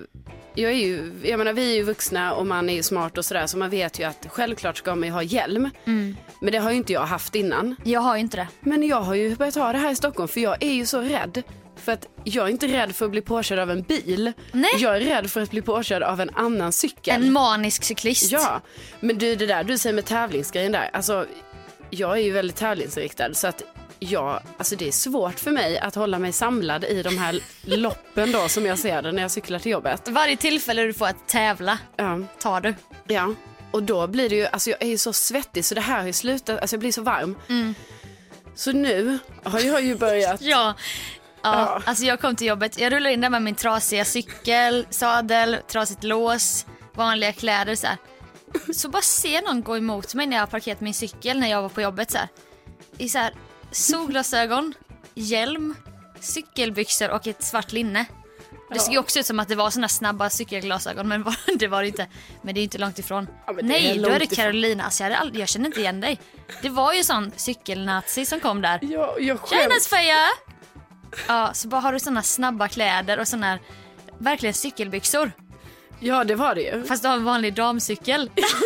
Jag är ju, jag menar, vi är ju vuxna och man är ju smart och sådär, så man vet ju att självklart ska man ju ha hjälm. Mm. Men det har ju inte jag haft innan.
Jag har ju inte det.
Men jag har ju börjat ha det här i Stockholm, för jag är ju så rädd. För att jag är inte rädd för att bli påkörd av en bil.
Nej.
Jag är rädd för att bli påkörd av en annan cykel.
En manisk cyklist.
Ja, men du, det där du säger med tävlingsgrejen där, alltså jag är ju väldigt tävlingsriktad, så att ja, alltså det är svårt för mig att hålla mig samlad i de här loppen då som jag ser det när jag cyklar till jobbet.
Varje tillfälle du får att tävla,
ja.
tar du.
Ja, och då blir det ju, alltså jag är ju så svettig så det här har ju slutat, alltså jag blir så varm.
Mm.
Så nu har jag ju börjat.
ja. Ja, ja, alltså jag kom till jobbet, jag rullade in där med min trasiga cykel, sadel, trasigt lås, vanliga kläder så här. Så bara ser någon gå emot mig när jag har parkerat min cykel när jag var på jobbet så här. I så här solglasögon, hjälm, cykelbyxor och ett svart linne. Det såg ju också ut som att det var såna snabba cykelglasögon, men det var det inte. Men det är inte långt ifrån.
Ja,
nej, då är det Carolina. Alltså, jag, hade aldrig, jag känner inte igen dig. Det var ju sån cykelnazi som kom där.
Ja, jag
Tjena Sofia! Ja, så bara har du såna snabba kläder och såna här, verkligen cykelbyxor.
Ja, det var det ju.
Fast du har en vanlig damcykel.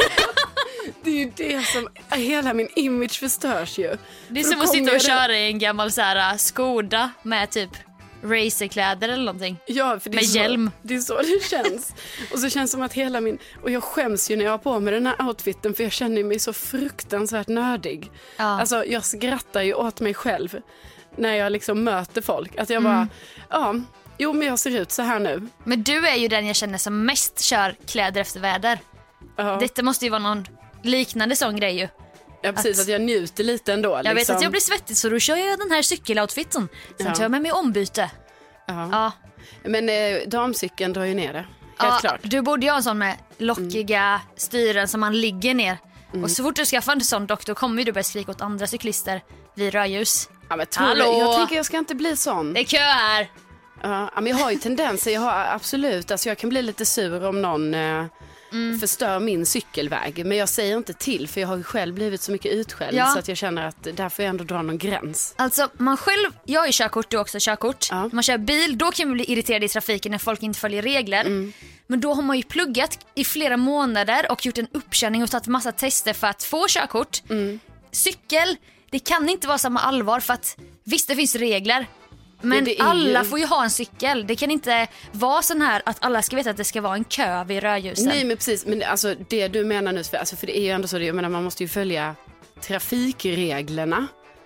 Det är ju det som, hela min image förstörs ju.
Det är som att sitta och köra i en gammal så här Skoda med typ racerkläder eller någonting.
Ja, för det är
med
så,
hjälm.
Det är så det känns. Och så känns det som att hela min, och jag skäms ju när jag har på mig den här outfiten, för jag känner mig så fruktansvärt nördig.
Ja.
Alltså jag skrattar ju åt mig själv när jag liksom möter folk. Att jag bara,
Mm.
ja, jo men jag ser ut så här nu.
Men du är ju den jag känner som mest kör kläder efter väder.
Ja.
Detta måste ju vara någon liknande sån grej ju.
Ja, precis, att, att jag njuter lite ändå.
Jag
liksom.
vet att jag blir svettig, så då kör jag den här cykeloutfiten. Sen
Ja.
tar jag med mig ombyte.
Ja.
Ja.
Men eh, damcykeln drar ju ner det. Helt
Ja,
klart.
du borde ju ha en sån med lockiga mm. styren som man ligger ner. Mm. Och så fort du skaffar en sån dock, då kommer du börja skrika åt andra cyklister vid rödljus.
Ja, men tror
Hallå?
jag, jag tänker jag ska inte bli sån.
Det är kö här.
Ja, men jag har ju tendenser, jag har absolut, alltså jag kan bli lite sur om någon eh, mm. förstör min cykelväg. Men jag säger inte till, för jag har ju själv blivit så mycket utskälld,
ja.
så att jag känner att där får jag ändå dra någon gräns.
Alltså man själv, jag har ju körkort, du också körkort.
Ja.
Man kör bil, då kan man bli irriterad i trafiken när folk inte följer regler. Mm. Men då har man ju pluggat i flera månader och gjort en uppkörning och tagit massa tester för att få körkort. Mm. Cykel, det kan inte vara samma allvar, för att visst det finns regler. Men
det
alla
ju...
får ju ha en cykel. Det kan inte vara sån här att alla ska veta att det ska vara en kö vid rödljusen.
Nej, men precis, men alltså det du menar nu, för, alltså, för det är ju ändå så, jag menar, man måste ju följa trafikreglerna.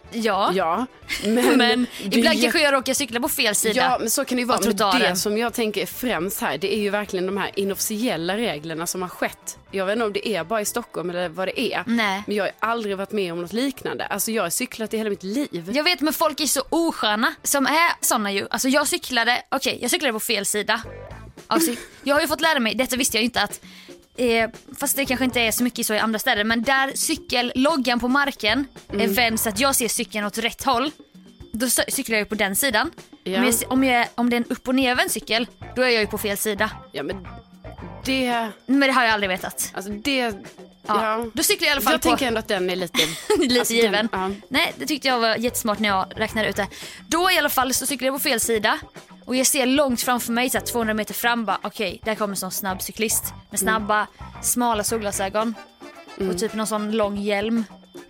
Ja,
Ja, men,
men
det-
ibland kanske jag råkar cykla på fel sida.
Ja, men så kan det ju vara.
av
Men
trottoaren.
det som jag tänker är främst här, det är ju verkligen de här inofficiella reglerna som har skett. Jag vet inte om det är bara i Stockholm eller vad det är.
Nej.
Men jag har aldrig varit med om något liknande. Alltså jag har cyklat i hela mitt liv.
Jag vet, men folk är så osköna som är såna ju. Alltså jag cyklade, okej, jag cyklade på fel sida. Alltså, jag har ju fått lära mig, detta visste jag ju inte att eh, fast det kanske inte är så mycket så i andra städer, men där cykelloggan på marken
Mm.
är vänd så att jag ser cykeln åt rätt håll. Då cy- cyklar jag ju på den sidan.
Ja.
Om, jag, om, jag, om det är en upp- och nervänd cykel, då är jag ju på fel sida.
Ja, men det...
Men det har jag aldrig vetat.
Alltså det...
Ja.
Ja.
Då cyklar jag i alla fall
Jag
på...
tänker ändå att den är lite...
lite
alltså,
given.
Den, ja.
Nej, det tyckte jag var jättesmart när jag räknade ut det. Då i alla fall så cyklar jag på fel sida. Och jag ser långt framför mig, så här tvåhundra meter fram, bara okej, okay, där kommer en sån snabb cyklist. Med snabba, mm. smala solglasögon. Mm. Och typ någon sån lång hjälm.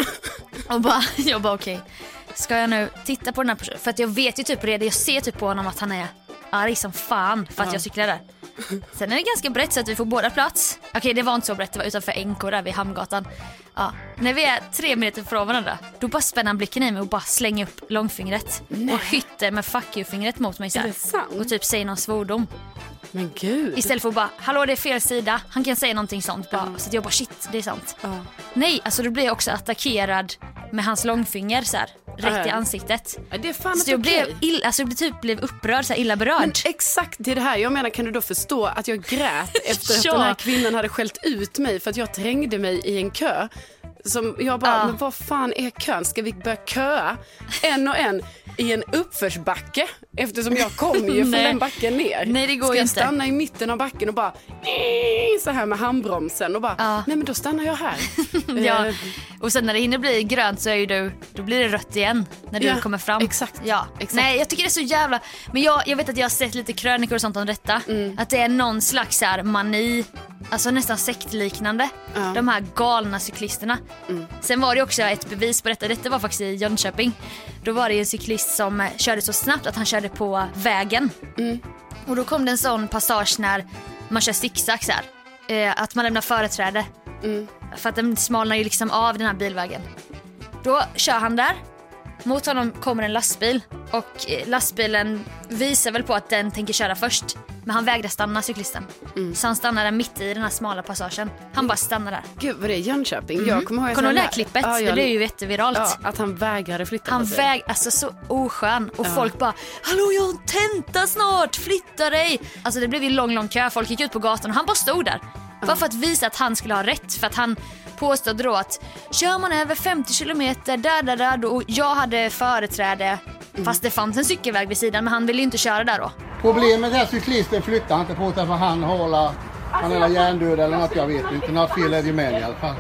Och bara, jag bara okej. Okay. Ska jag nu titta på den här personen? För att jag vet ju typ redan, jag ser typ på honom att han är arg som fan för att ja. jag cyklar där. Sen är det ganska brett så att vi får båda plats. Okej, okay, det var inte så brett, det var utanför N K där vid Hamngatan. Ja. När vi är tre meter från varandra, då bara spänner han blicken i mig och bara slänger upp långfingret. Nej. Och hytter med fuck you-fingret mot mig så här. Och typ säger någon svordom.
Men gud.
Istället för att bara, hallå det är fel sida. Han kan säga någonting sånt bara, uh. så att jag bara shit, det är sant. Uh. Nej, alltså då blir jag också attackerad med hans långfinger så här, rätt uh. i ansiktet.
Ja, det är fan
så jag
okej.
blev, ill, alltså jag typ blev upprörd, så här, illa berörd.
Men exakt, det är det här. Jag menar, kan du då förstå att jag grät efter att
ja.
den här kvinnan hade skällt ut mig för att jag trängde mig i en kö? Som jag bara,
Ja.
men vad fan är kön? Ska vi börja köa en och en i en uppförsbacke? Eftersom jag kommer ju från
Nej.
den backen ner.
Nej, det går
Ska
ju
jag
inte.
stanna i mitten av backen och bara så här med handbromsen och bara,
Ja.
nej men då stannar jag här.
Ja.
Eh,
Och sen när det hinner bli grönt så är ju du, då blir det rött igen när du
Ja,
kommer fram.
exakt,
Ja.
exakt.
Nej, jag tycker det är så jävla. Men jag, jag vet att jag har sett lite krönikor och sånt om detta.
Mm.
Att det är någon slags så här mani, alltså nästan sektliknande.
Ja.
De här galna cyklisterna.
Mm.
Sen var det också ett bevis på detta. Detta var faktiskt i Jönköping. Då var det en cyklist som eh, körde så snabbt att han körde på vägen.
Mm.
Och då kom det en sån passage när man kör zigzag så här. Eh, att man lämnar företräde.
Mm.
För att den smalnar ju liksom av den här bilvägen. Då kör han där. Mot honom kommer en lastbil. Och eh, lastbilen visar väl på att den tänker köra först. Men han vägrar stanna, cyklisten.
Mm.
Så han stannar där mitt i den här smala passagen. Han bara stannar där.
Gud, vad det är Jönköping?
Mm.
Jag kommer ihåg
Kommer du ihåg det här
här-
klippet?
Ja,
Det
jag-
blev ju jätteviralt.
Ja, att han vägrade flytta
Han
på sig.
väg, alltså så oskön. Och
Ja.
folk bara, hallå jag har en tenta snart, flytta dig. Alltså det blev ju lång, lång kö. Folk gick ut på gatan och han bara stod där. Bara för att visa att han skulle ha rätt. För att han påstod då att kör man över femtio kilometer där, där, där. Då, och jag hade företräde. Fast det fanns en cykelväg vid sidan. Men han ville ju inte köra där då.
Problemet är att cyklisten flyttar inte på sig för han håller, han är hjärndöd eller något, jag vet inte. Något fel är det med i alla fall.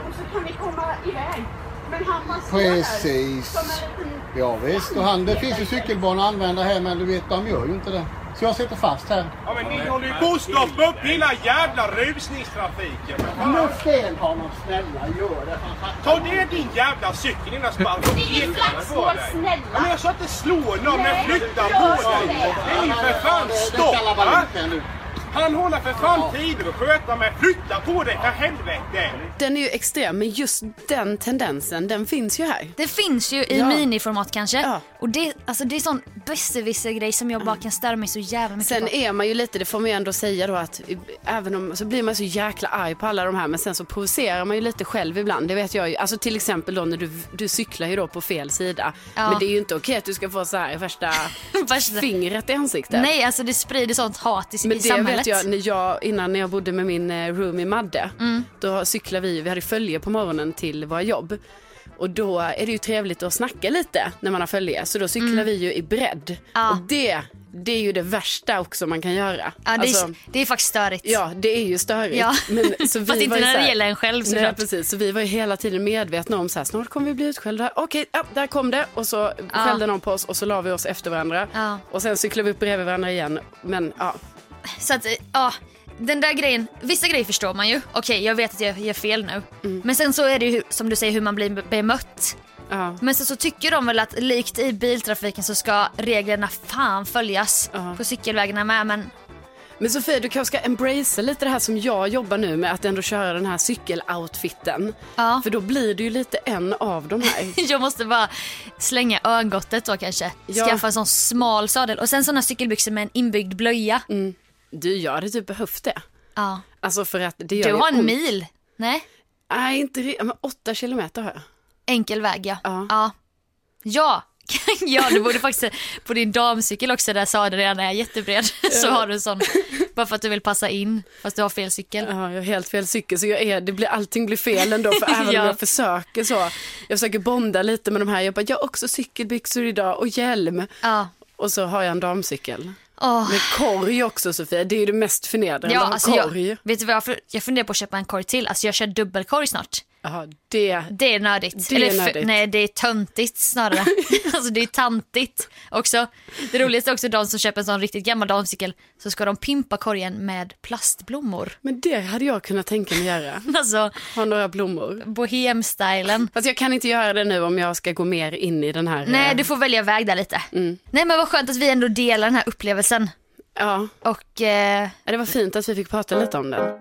Precis. Ja visst, och han, det finns ju cykelbanor att använda här, men du vet, de gör ju inte det. Så jag sitter fast här.
Ja, men ni håller ju på att stoppa upp hela jävla rusningstrafiken.
Men fel har någon, snälla, gör det.
Ta ner din jävla cykel innan spark och ekarna på dig. Ja, men jag sa inte slå någon, men flytta på dig. Nej, för fan, stopp, va? Han håller för fan tider och sköter mig. Flytta på dig, för helvete.
Den är ju extrem, men just den tendensen, den finns ju här.
Det finns ju i
Ja.
miniformat kanske.
Ja.
Och det, alltså det är sån besserwisser-grej som jag bara kan störa mig så jävla mycket
Sen
på.
är man ju lite, det får man ju ändå säga då, att även om så blir man så jäkla arg på alla de här, men sen så provocerar man ju lite själv ibland. Det vet jag ju. Alltså till exempel då när du, du cyklar ju då på fel sida.
Ja.
Men det är ju inte okej att du ska få så här värsta
Värsta-
fingret i ansiktet.
Nej, alltså det sprider sånt hat i,
Men
i
det
samhället.
vet jag, när jag, innan när jag bodde med min eh, roomie Madde,
Mm.
då cyklade vi, vi hade följe på morgonen till våra jobb. Och då är det ju trevligt att snacka lite när man har följe. Så då cyklar
Mm.
vi ju i bredd.
Ja.
Och det, det är ju det värsta också man kan göra.
Ja, det,
Alltså,
är, det är faktiskt störigt.
ja, det är ju störigt.
Ja.
Men, så vi
Fast inte
var ju
när
så
det
här-
gäller en själv,
Nej,
såklart.
precis. Så vi var ju hela tiden medvetna om så här, snart kommer vi bli utskällda. Okej, ja, där kom det. Och så
Ja.
skällde någon på oss och så la vi oss efter varandra.
Ja.
Och sen cyklade vi upp bredvid varandra igen. Men ja,
Så att, ja, den där grejen, vissa grejer förstår man ju. Okej, jag vet att jag gör fel nu.
Mm.
Men sen så är det ju, som du säger, hur man blir bemött.
ja.
Men sen så tycker de väl att likt i biltrafiken så ska reglerna fan följas
Ja.
på cykelvägarna med. Men
Men Sofie, du kanske ska embracea lite det här som jag jobbar nu med, att ändå köra den här cykeloutfitten.
Ja.
För då blir det ju lite en av de här.
Jag måste bara slänga örngottet då kanske.
Ja.
Skaffa en sån smal sadel. Och sen såna cykelbyxor med en inbyggd blöja.
Mm. Du, jag hade typ behövt det.
Ja.
Alltså för att det gör
Du har en
ont.
mil? Nej?
Nej, inte re- men åtta kilometer har jag.
Enkel väg, ja.
Ja.
Ja. Ja. Ja, du borde faktiskt på din damcykel också, där sadeln redan är jättebred. Så har du en sån, bara för att du vill passa in, fast du har fel cykel.
Ja, jag har helt fel cykel, så jag är, det blir, allting blir fel ändå. För även
Ja.
om jag försöker så, jag försöker bonda lite med de här. Jag bara, jag har också cykelbyxor idag och hjälm.
Ja.
Och så har jag en damcykel.
Oh.
Med korg också, Sofia. Det är ju det mest förnedrande.
Ja,
att ha
alltså
korg.
jag, vet du vad, jag, jag funderar på att köpa en korg till. Alltså jag kör dubbelkorg snart.
Jaha, det...
Det är nördigt.
Det är
Eller,
nördigt.
Nej, det är töntigt snarare. Alltså det är tantigt också. Det roligaste är också de som köper en sån riktigt gammal damcykel, så ska de pimpa korgen med plastblommor.
Men det hade jag kunnat tänka mig göra.
Alltså,
ha några blommor.
Bohemstylen.
Fast jag kan inte göra det nu om jag ska gå mer in i den här...
Nej, du får välja väg där lite.
Mm.
Nej, men vad skönt att vi ändå delar den här upplevelsen.
Ja.
Och eh...
ja, det var fint att vi fick prata lite om den.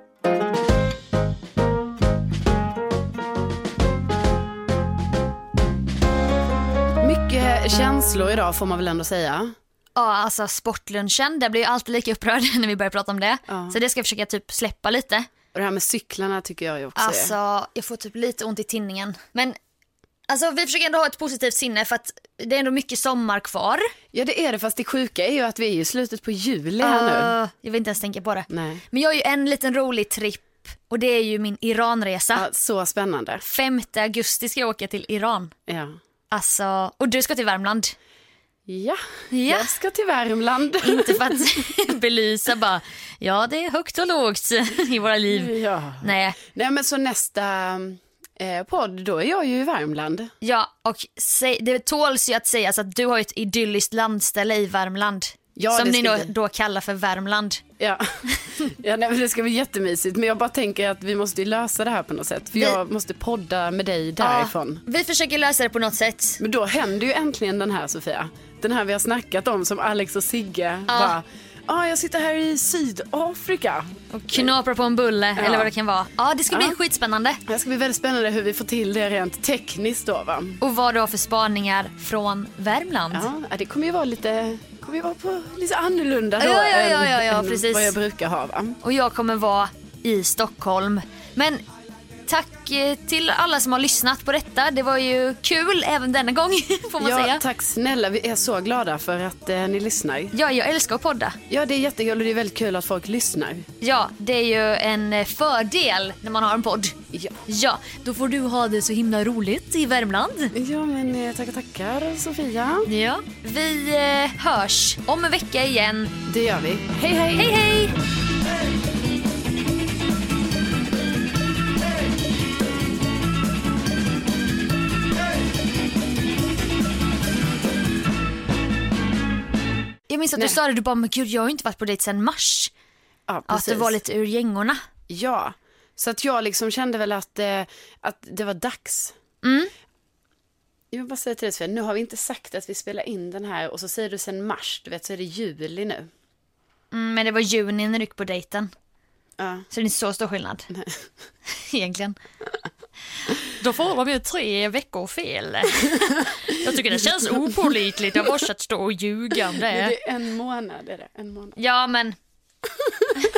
Mycket känslor idag får man väl ändå säga.
Ja, alltså sportlunchen, det blir ju alltid lika upprörd när vi börjar prata om det.
Ja.
Så det ska jag försöka typ släppa lite.
Och det här med cyklarna tycker jag ju också
Alltså,
är.
jag får typ lite ont i tinningen. Men alltså, vi försöker ändå ha ett positivt sinne, för att det är ändå mycket sommar kvar.
Ja, det är det, fast det sjuka är ju att vi är i slutet på juli här nu.
Uh, jag vill inte ens tänka på det.
Nej.
Men jag har ju en liten rolig tripp, och det är ju min Iranresa.
Ja, så spännande.
femte augusti ska jag åka till Iran.
Ja.
Alltså, och du ska till Värmland.
Ja,
Ja.
jag ska till Värmland.
Inte för att belysa bara, ja det är högt och lågt i våra liv.
Ja.
Nej.
Nej, men så nästa eh, podd, då är jag ju i Värmland.
Ja, och se, det tåls ju att säga så att du har ju ett idylliskt landställe i Värmland.
Ja,
som
det
ni
ska
då,
bli.
då kallar för Värmland.
Ja, ja nej, men det ska bli jättemysigt. Men jag bara tänker att vi måste ju lösa det här på något sätt. För
Vi-
jag måste podda med dig därifrån.
Ja, vi försöker lösa det på något sätt.
Men då händer ju äntligen den här, Sofia. Den här vi har snackat om, som Alex och Sigge
Ja.
bara, ah, jag sitter här i Sydafrika.
Och knapra på en bulle,
Ja.
eller vad det kan vara. Ja, det ska bli
Ja.
skitspännande.
Det ska bli väldigt spännande hur vi får till det rent tekniskt då, va?
Och vad då för spaningar från Värmland?
Ja, det kommer ju vara lite, kommer ju vara på lite annorlunda då,
Ja, ja, ja,
än-
ja, ja,
än
precis.
vad jag brukar ha, va?
Och jag kommer vara i Stockholm. Men tack eh, till alla som har lyssnat på detta. Det var ju kul även denna gång, får man
Ja,
säga.
tack snälla. Vi är så glada för att eh, ni lyssnar.
Ja, jag älskar att podda.
Ja, det är jättekul och det är väldigt kul att folk lyssnar.
Ja, det är ju en eh, fördel när man har en podd.
Ja,
Ja, då får du ha det så himla roligt i Värmland.
ja men eh, tackar, tackar Sofia.
Ja, vi eh, hörs om en vecka igen.
Det gör vi. Hej, hej!
Hej, hej! Jag minns att
Nej.
du sa det, du bara, men gud, jag har ju inte varit på dejt sedan mars.
Ja,
Att
precis.
du var lite ur gängorna.
Ja, så att jag liksom kände väl att, eh, att det var dags.
Mm.
Jag vill bara säga till dig, Sofia, nu har vi inte sagt att vi spelar in den här och så säger du sen mars, du vet, så är det juli nu.
Mm, men det var juni när du gick på dejten.
Ja.
Så det är inte så stor skillnad.
Nej.
Egentligen. Då får de ju tre veckor fel. Jag tycker det känns opålitligt. Jag måste stå och ljuga om det.
Det är en månad, är det? En månad.
Ja, men